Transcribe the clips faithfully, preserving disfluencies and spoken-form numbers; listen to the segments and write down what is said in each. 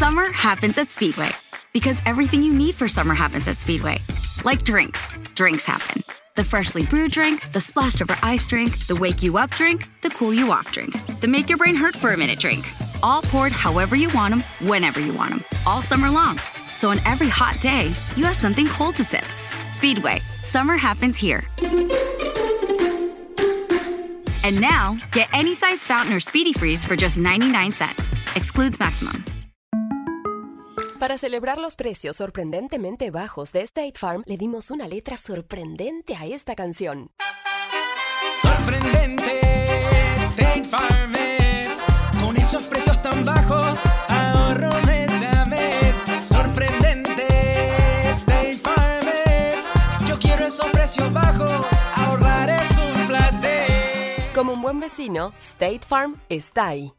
Summer happens at Speedway because everything you need for summer happens at Speedway. Like drinks, drinks happen. The freshly brewed drink, the splashed over ice drink, the wake you up drink, the cool you off drink, the make your brain hurt for a minute drink. All poured however you want them, whenever you want them, all summer long. So on every hot day, you have something cold to sip. Speedway, summer happens here. And now, get any size fountain or Speedy Freeze for just ninety-nine cents. Excludes maximum. Para celebrar los precios sorprendentemente bajos de State Farm, le dimos una letra sorprendente a esta canción. Sorprendente, State Farm es. Con esos precios tan bajos, ahorro mes a mes. Sorprendente, State Farm es. Yo quiero esos precios bajos, ahorrar es un placer. Como un buen vecino, State Farm está ahí.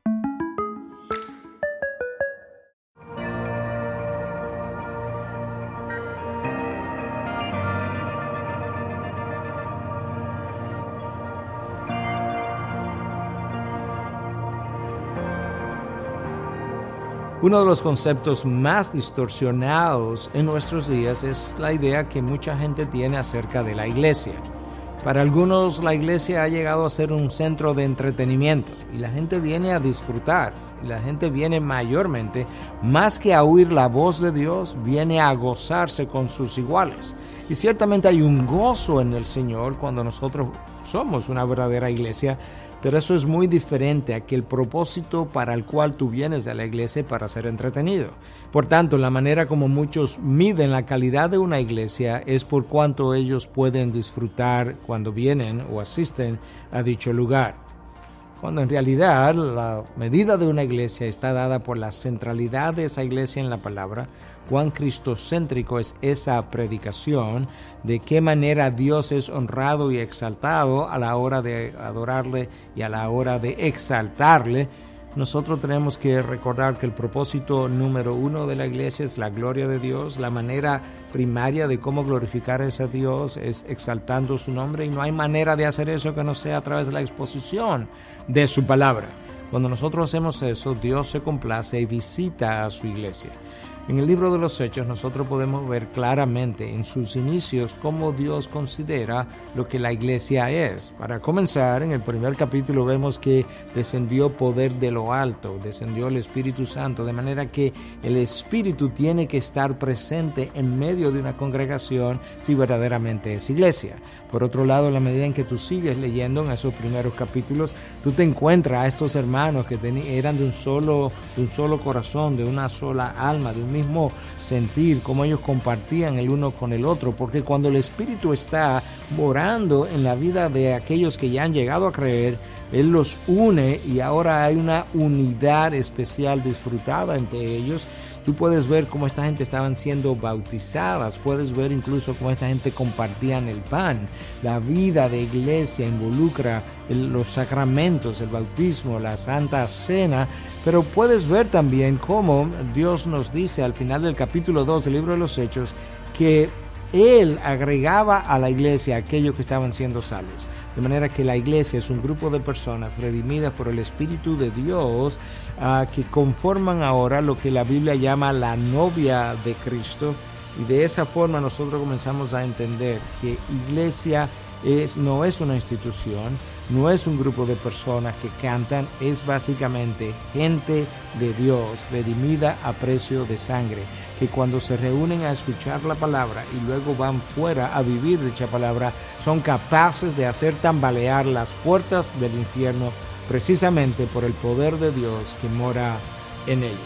Uno de los conceptos más distorsionados en nuestros días es la idea que mucha gente tiene acerca de la iglesia. Para algunos, la iglesia ha llegado a ser un centro de entretenimiento y la gente viene a disfrutar. Y la gente viene mayormente, más que a oír la voz de Dios, viene a gozarse con sus iguales. Y ciertamente hay un gozo en el Señor cuando nosotros somos una verdadera iglesia, pero eso es muy diferente a que el propósito para el cual tú vienes a la iglesia para ser entretenido. Por tanto, la manera como muchos miden la calidad de una iglesia es por cuánto ellos pueden disfrutar cuando vienen o asisten a dicho lugar. Cuando en realidad la medida de una iglesia está dada por la centralidad de esa iglesia en la palabra, cuán cristocéntrico es esa predicación, de qué manera Dios es honrado y exaltado a la hora de adorarle y a la hora de exaltarle. Nosotros tenemos que recordar que el propósito número uno de la iglesia es la gloria de Dios. La manera primaria de cómo glorificar a ese Dios es exaltando su nombre, y no hay manera de hacer eso que no sea a través de la exposición de su palabra. Cuando nosotros hacemos eso, Dios se complace y visita a su iglesia. En el libro de los Hechos nosotros podemos ver claramente en sus inicios cómo Dios considera lo que la iglesia es. Para comenzar, en el primer capítulo vemos que descendió poder de lo alto, descendió el Espíritu Santo, de manera que el Espíritu tiene que estar presente en medio de una congregación si verdaderamente es iglesia. Por otro lado, en la medida en que tú sigues leyendo en esos primeros capítulos, tú te encuentras a estos hermanos que ten- eran de un solo, de un solo corazón, de una sola alma, de un mismo sentir, cómo ellos compartían el uno con el otro, porque cuando el Espíritu está morando en la vida de aquellos que ya han llegado a creer, Él los une y ahora hay una unidad especial disfrutada entre ellos. Tú puedes ver cómo esta gente estaban siendo bautizadas, puedes ver incluso cómo esta gente compartían el pan. La vida de iglesia involucra el, los sacramentos, el bautismo, la Santa Cena, pero puedes ver también cómo Dios nos dice al final del capítulo dos del libro de los Hechos que Él agregaba a la iglesia aquellos que estaban siendo salvos. De manera que la iglesia es un grupo de personas redimidas por el Espíritu de Dios uh, que conforman ahora lo que la Biblia llama la novia de Cristo. Y de esa forma nosotros comenzamos a entender que iglesia es, no es una institución, no es un grupo de personas que cantan, es básicamente gente de Dios redimida a precio de sangre, que cuando se reúnen a escuchar la palabra y luego van fuera a vivir dicha palabra, son capaces de hacer tambalear las puertas del infierno precisamente por el poder de Dios que mora en ellos.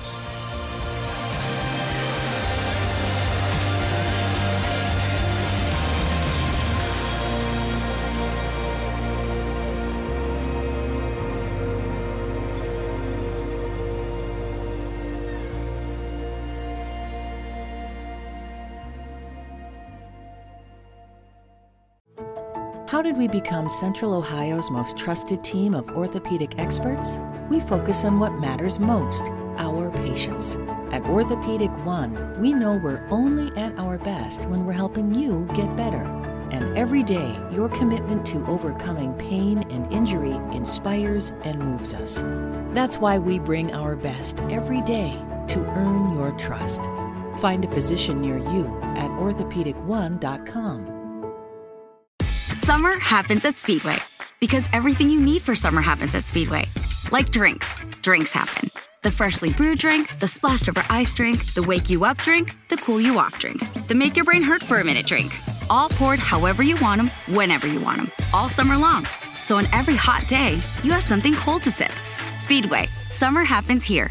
How did we become Central Ohio's most trusted team of orthopedic experts? We focus on what matters most, our patients. At Orthopedic One, we know we're only at our best when we're helping you get better. And every day, your commitment to overcoming pain and injury inspires and moves us. That's why we bring our best every day. to earn your trust. Find a physician near you at orthopedic one dot com. Summer happens at Speedway because everything you need for summer happens at Speedway. Like drinks. Drinks happen. The freshly brewed drink, the splashed over ice drink, the wake you up drink, the cool you off drink, the make your brain hurt for a minute drink. All poured however you want them, whenever you want them, all summer long. So on every hot day, you have something cold to sip. Speedway, summer happens here.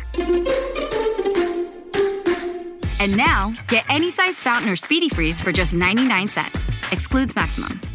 And now, get any size fountain or Speedy Freeze for just ninety-nine cents. Excludes maximum.